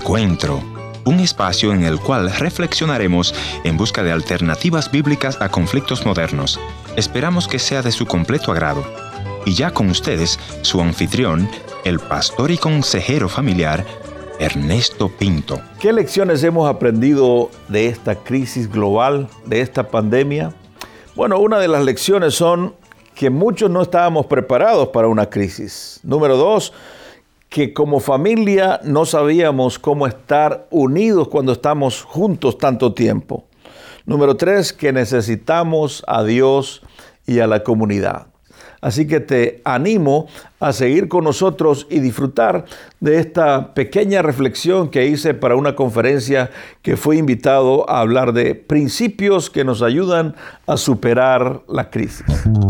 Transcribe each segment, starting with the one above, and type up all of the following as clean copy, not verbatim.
Encuentro, un espacio en el cual reflexionaremos en busca de alternativas bíblicas a conflictos modernos. Esperamos que sea de su completo agrado. Y ya con ustedes, su anfitrión, el pastor y consejero familiar, Ernesto Pinto. ¿Qué lecciones hemos aprendido de esta crisis global, de esta pandemia? Bueno, una de las lecciones son que muchos no estábamos preparados para una crisis. Número 2, que como familia no sabíamos cómo estar unidos cuando estamos juntos tanto tiempo. Número 3, que necesitamos a Dios y a la comunidad. Así que te animo a seguir con nosotros y disfrutar de esta pequeña reflexión que hice para una conferencia que fui invitado a hablar de principios que nos ayudan a superar la crisis.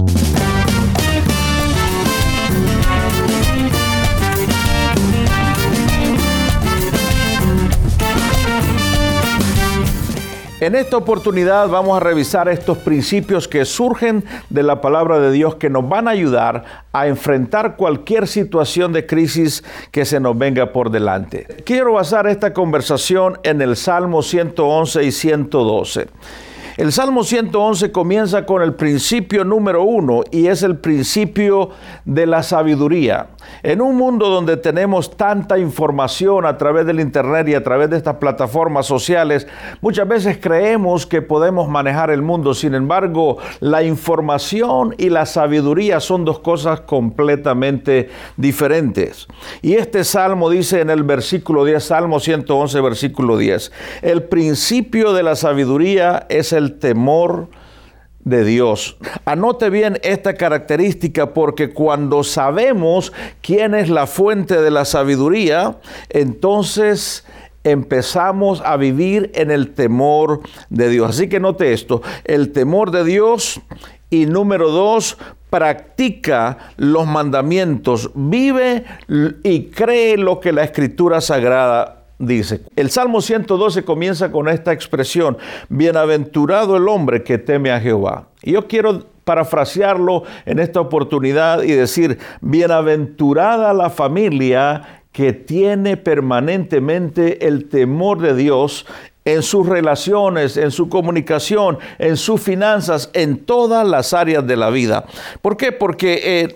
En esta oportunidad vamos a revisar estos principios que surgen de la palabra de Dios que nos van a ayudar a enfrentar cualquier situación de crisis que se nos venga por delante. Quiero basar esta conversación en el Salmo 111 y 112. El Salmo 111 comienza con el principio número 1 y es el principio de la sabiduría. En un mundo donde tenemos tanta información a través del internet y a través de estas plataformas sociales, muchas veces creemos que podemos manejar el mundo. Sin embargo, la información y la sabiduría son dos cosas completamente diferentes. Y este salmo dice en el versículo 10, Salmo 111, versículo 10, el principio de la sabiduría es el temor de Dios. Anote bien esta característica porque cuando sabemos quién es la fuente de la sabiduría, entonces empezamos a vivir en el temor de Dios. Así que note esto, el temor de Dios y número 2, practica los mandamientos, vive y cree lo que la Escritura Sagrada dice. El Salmo 112 comienza con esta expresión, bienaventurado el hombre que teme a Jehová. Y yo quiero parafrasearlo en esta oportunidad y decir, bienaventurada la familia que tiene permanentemente el temor de Dios en sus relaciones, en su comunicación, en sus finanzas, en todas las áreas de la vida. ¿Por qué? Porque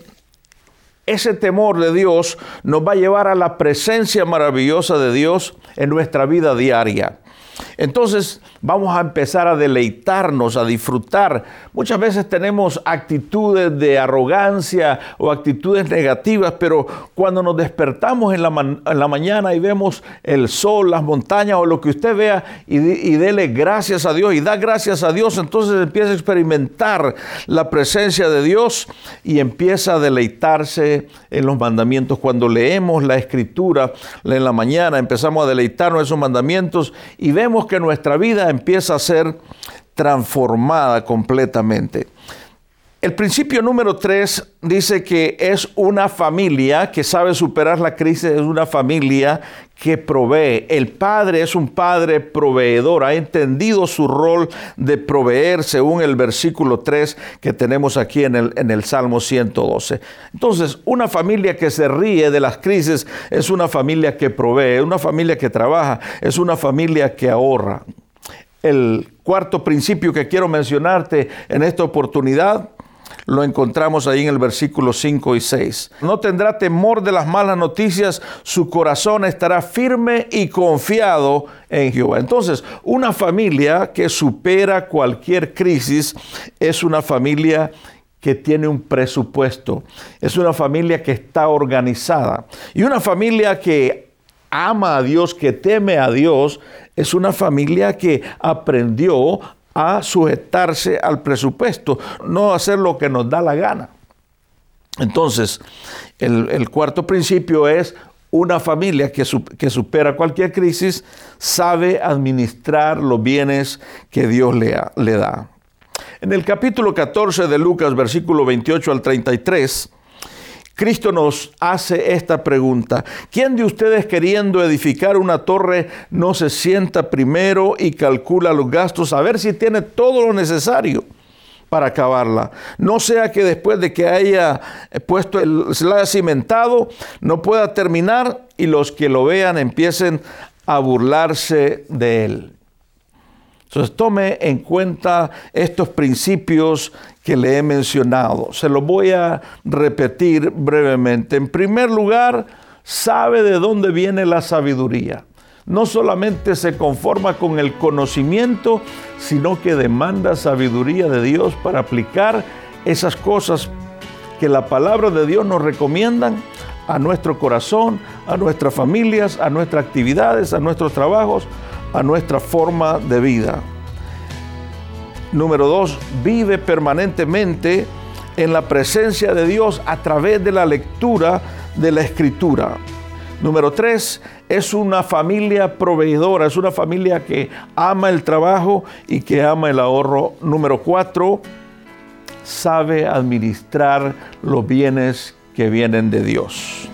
ese temor de Dios nos va a llevar a la presencia maravillosa de Dios en nuestra vida diaria. Entonces vamos a empezar a deleitarnos, a disfrutar. Muchas veces tenemos actitudes de arrogancia o actitudes negativas, pero cuando nos despertamos en la mañana y vemos el sol, las montañas o lo que usted vea y dele gracias a Dios y da gracias a Dios, entonces empieza a experimentar la presencia de Dios y empieza a deleitarse en los mandamientos. Cuando leemos la Escritura en la mañana, empezamos a deleitarnos en esos mandamientos y vemos que nuestra vida empieza a ser transformada completamente. El principio número 3 dice que es una familia que sabe superar la crisis, es una familia que provee. El padre es un padre proveedor, ha entendido su rol de proveer según el versículo 3 que tenemos aquí en el Salmo 112. Entonces, una familia que se ríe de las crisis es una familia que provee, una familia que trabaja, es una familia que ahorra. El cuarto principio que quiero mencionarte en esta oportunidad lo encontramos ahí en el versículo 5 y 6. No tendrá temor de las malas noticias, su corazón estará firme y confiado en Jehová. Entonces, una familia que supera cualquier crisis es una familia que tiene un presupuesto, es una familia que está organizada y una familia que ama a Dios, que teme a Dios, es una familia que aprendió a sujetarse al presupuesto, no hacer lo que nos da la gana. Entonces, el cuarto principio es una familia que supera cualquier crisis, sabe administrar los bienes que Dios le da. En el capítulo 14 de Lucas, versículo 28 al 33, Cristo nos hace esta pregunta: ¿quién de ustedes, queriendo edificar una torre, no se sienta primero y calcula los gastos a ver si tiene todo lo necesario para acabarla? No sea que después de que haya se la haya cimentado, no pueda terminar y los que lo vean empiecen a burlarse de él. Entonces tome en cuenta estos principios que le he mencionado. Se los voy a repetir brevemente. En primer lugar, sabe de dónde viene la sabiduría. No solamente se conforma con el conocimiento, sino que demanda sabiduría de Dios para aplicar esas cosas que la palabra de Dios nos recomiendan a nuestro corazón, a nuestras familias, a nuestras actividades, a nuestros trabajos, a nuestra forma de vida. Número 2, vive permanentemente en la presencia de Dios a través de la lectura de la Escritura. Número 3, es una familia proveedora, es una familia que ama el trabajo y que ama el ahorro. Número 4, sabe administrar los bienes que vienen de Dios.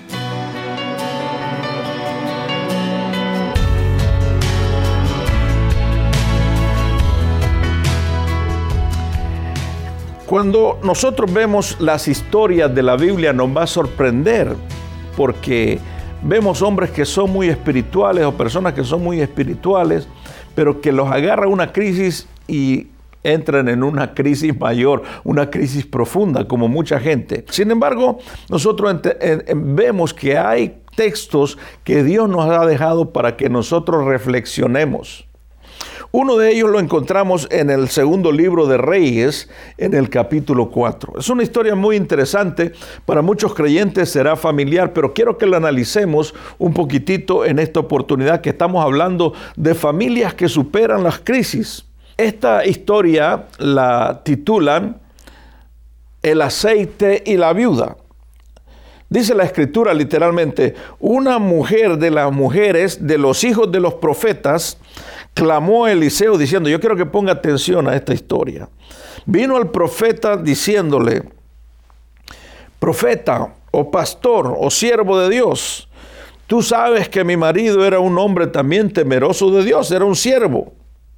Cuando nosotros vemos las historias de la Biblia nos va a sorprender porque vemos hombres que son muy espirituales o personas que son muy espirituales, pero que los agarra una crisis y entran en una crisis mayor, una crisis profunda, como mucha gente. Sin embargo, nosotros vemos que hay textos que Dios nos ha dejado para que nosotros reflexionemos. Uno de ellos lo encontramos en el segundo libro de Reyes, en el capítulo 4. Es una historia muy interesante, para muchos creyentes será familiar, pero quiero que la analicemos un poquitito en esta oportunidad que estamos hablando de familias que superan las crisis. Esta historia la titulan El aceite y la viuda. Dice la Escritura literalmente, una mujer de las mujeres de los hijos de los profetas clamó a Eliseo diciendo, yo quiero que ponga atención a esta historia. Vino al profeta diciéndole, profeta o pastor o siervo de Dios, tú sabes que mi marido era un hombre también temeroso de Dios, era un siervo.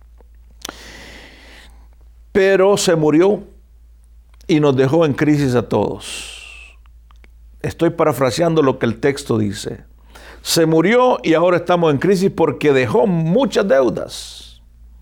Pero se murió y nos dejó en crisis a todos. Estoy parafraseando lo que el texto dice. Se murió y ahora estamos en crisis porque dejó muchas deudas.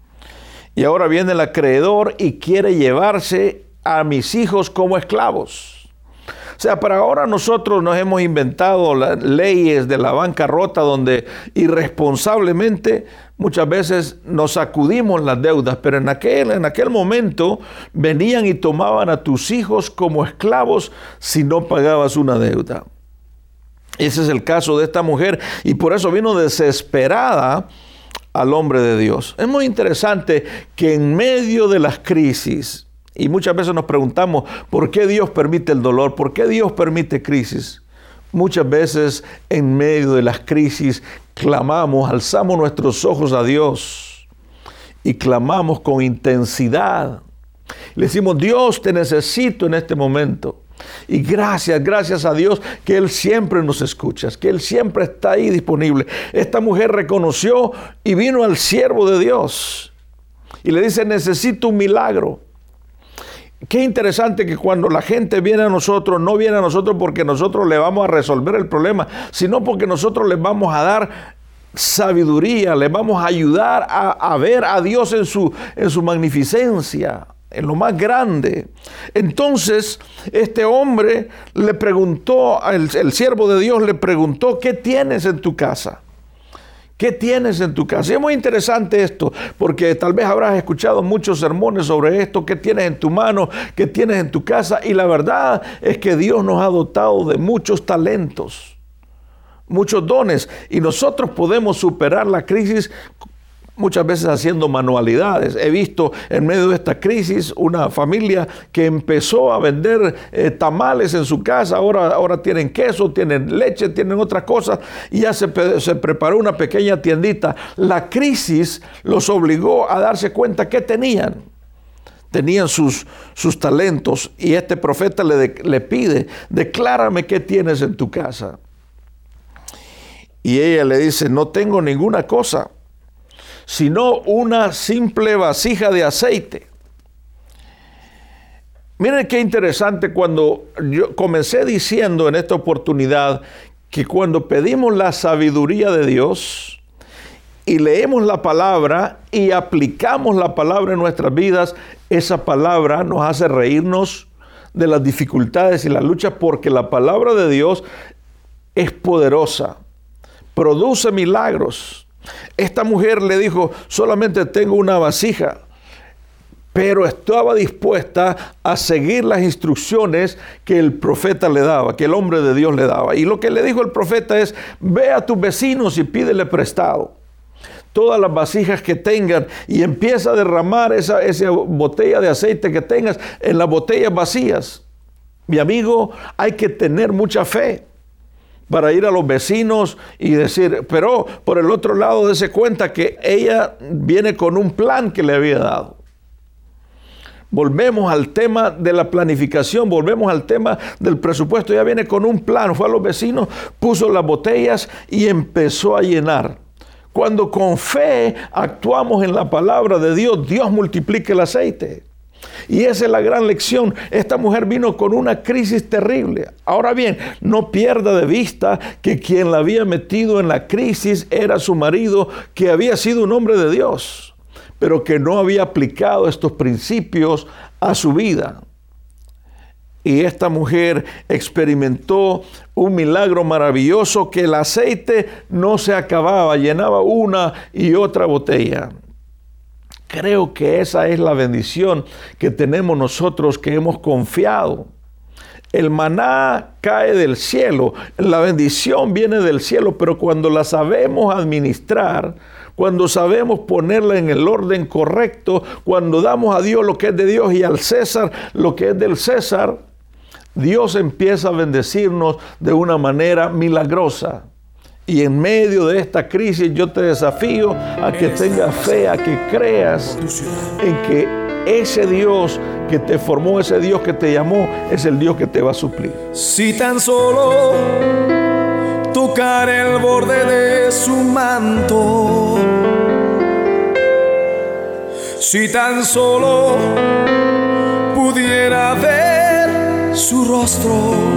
Y ahora viene el acreedor y quiere llevarse a mis hijos como esclavos. O sea, para ahora nosotros nos hemos inventado las leyes de la bancarrota donde irresponsablemente muchas veces nos sacudimos las deudas, pero en aquel momento venían y tomaban a tus hijos como esclavos si no pagabas una deuda. Ese es el caso de esta mujer y por eso vino desesperada al hombre de Dios. Es muy interesante que en medio de las crisis, y muchas veces nos preguntamos por qué Dios permite el dolor, por qué Dios permite crisis. Muchas veces en medio de las crisis clamamos, alzamos nuestros ojos a Dios y clamamos con intensidad. Le decimos, Dios, te necesito en este momento. Y gracias a Dios que Él siempre nos escucha, que Él siempre está ahí disponible. Esta mujer reconoció y vino al siervo de Dios y le dice, necesito un milagro. Qué interesante que cuando la gente viene a nosotros, no viene a nosotros porque nosotros le vamos a resolver el problema, sino porque nosotros les vamos a dar sabiduría, les vamos a ayudar a ver a Dios en su magnificencia, en lo más grande. Entonces, este hombre le preguntó, el siervo de Dios le preguntó, ¿qué tienes en tu casa? ¿Qué tienes en tu casa? Y es muy interesante esto, porque tal vez habrás escuchado muchos sermones sobre esto. ¿Qué tienes en tu mano? ¿Qué tienes en tu casa? Y la verdad es que Dios nos ha dotado de muchos talentos, muchos dones, y nosotros podemos superar la crisis muchas veces haciendo manualidades. He visto en medio de esta crisis una familia que empezó a vender tamales en su casa. Ahora tienen queso, tienen leche, tienen otras cosas y ya se preparó una pequeña tiendita. La crisis los obligó a darse cuenta que tenían sus talentos y este profeta le pide, declárame qué tienes en tu casa. Y ella le dice, no tengo ninguna cosa, sino una simple vasija de aceite. Miren qué interesante, cuando yo comencé diciendo en esta oportunidad que cuando pedimos la sabiduría de Dios, y leemos la palabra y aplicamos la palabra en nuestras vidas, esa palabra nos hace reírnos de las dificultades y las luchas, porque la palabra de Dios es poderosa, produce milagros. Esta mujer le dijo, solamente tengo una vasija, pero estaba dispuesta a seguir las instrucciones que el profeta le daba, que el hombre de Dios le daba. Y lo que le dijo el profeta es, ve a tus vecinos y pídele prestado todas las vasijas que tengan y empieza a derramar esa botella de aceite que tengas en las botellas vacías. Mi amigo, hay que tener mucha fe para ir a los vecinos y decir, pero por el otro lado dése cuenta que ella viene con un plan que le había dado. Volvemos al tema de la planificación, volvemos al tema del presupuesto. Ella viene con un plan, fue a los vecinos, puso las botellas y empezó a llenar. Cuando con fe actuamos en la palabra de Dios, Dios multiplica el aceite. Y esa es la gran lección. Esta mujer vino con una crisis terrible. Ahora bien, no pierda de vista que quien la había metido en la crisis era su marido, que había sido un hombre de Dios, pero que no había aplicado estos principios a su vida. Y esta mujer experimentó un milagro maravilloso, que el aceite no se acababa, llenaba una y otra botella. Creo que esa es la bendición que tenemos nosotros que hemos confiado. El maná cae del cielo, la bendición viene del cielo, pero cuando la sabemos administrar, cuando sabemos ponerla en el orden correcto, cuando damos a Dios lo que es de Dios y al César lo que es del César, Dios empieza a bendecirnos de una manera milagrosa. Y en medio de esta crisis yo te desafío a que tengas fe, a que creas en que ese Dios que te formó, ese Dios que te llamó, es el Dios que te va a suplir. Si tan solo tocar el borde de su manto, si tan solo pudiera ver su rostro,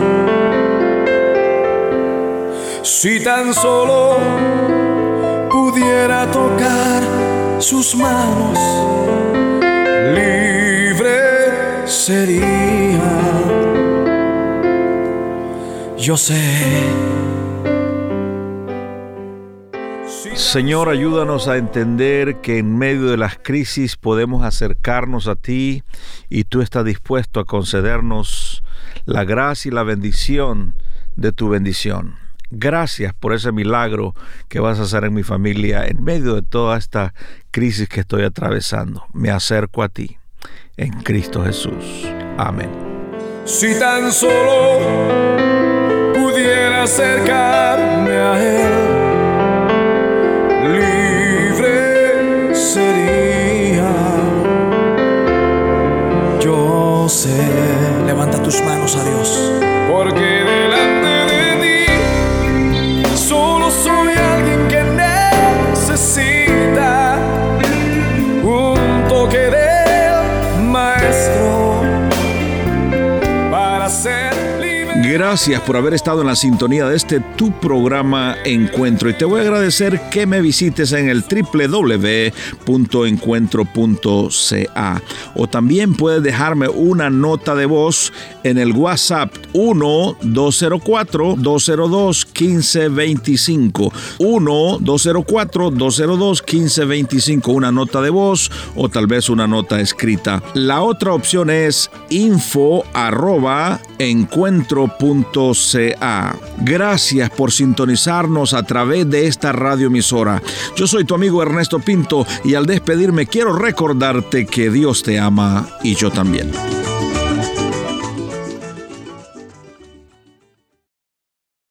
si tan solo pudiera tocar sus manos, libre sería. Yo sé. Señor, ayúdanos a entender que en medio de las crisis podemos acercarnos a ti y tú estás dispuesto a concedernos la gracia y la bendición de tu bendición. Gracias por ese milagro que vas a hacer en mi familia en medio de toda esta crisis que estoy atravesando. Me acerco a ti en Cristo Jesús. Amén. Si tan solo pudiera acercarme a Él, libre sería. Yo sé. Levanta tus manos a Dios. Porque delante de ti solo soy alguien que necesita un toque del Maestro para ser libre. Gracias por haber estado en la sintonía de este tu programa Encuentro, y te voy a agradecer que me visites en el www.encuentro.ca, o también puedes dejarme una nota de voz en el WhatsApp 1-204-202-1525, 1-204-202-1525, una nota de voz o tal vez una nota escrita. La otra opción es info@encuentro.ca. Gracias por sintonizarnos a través de esta radioemisora. Yo soy tu amigo Ernesto Pinto, y al despedirme quiero recordarte que Dios te ama y yo también.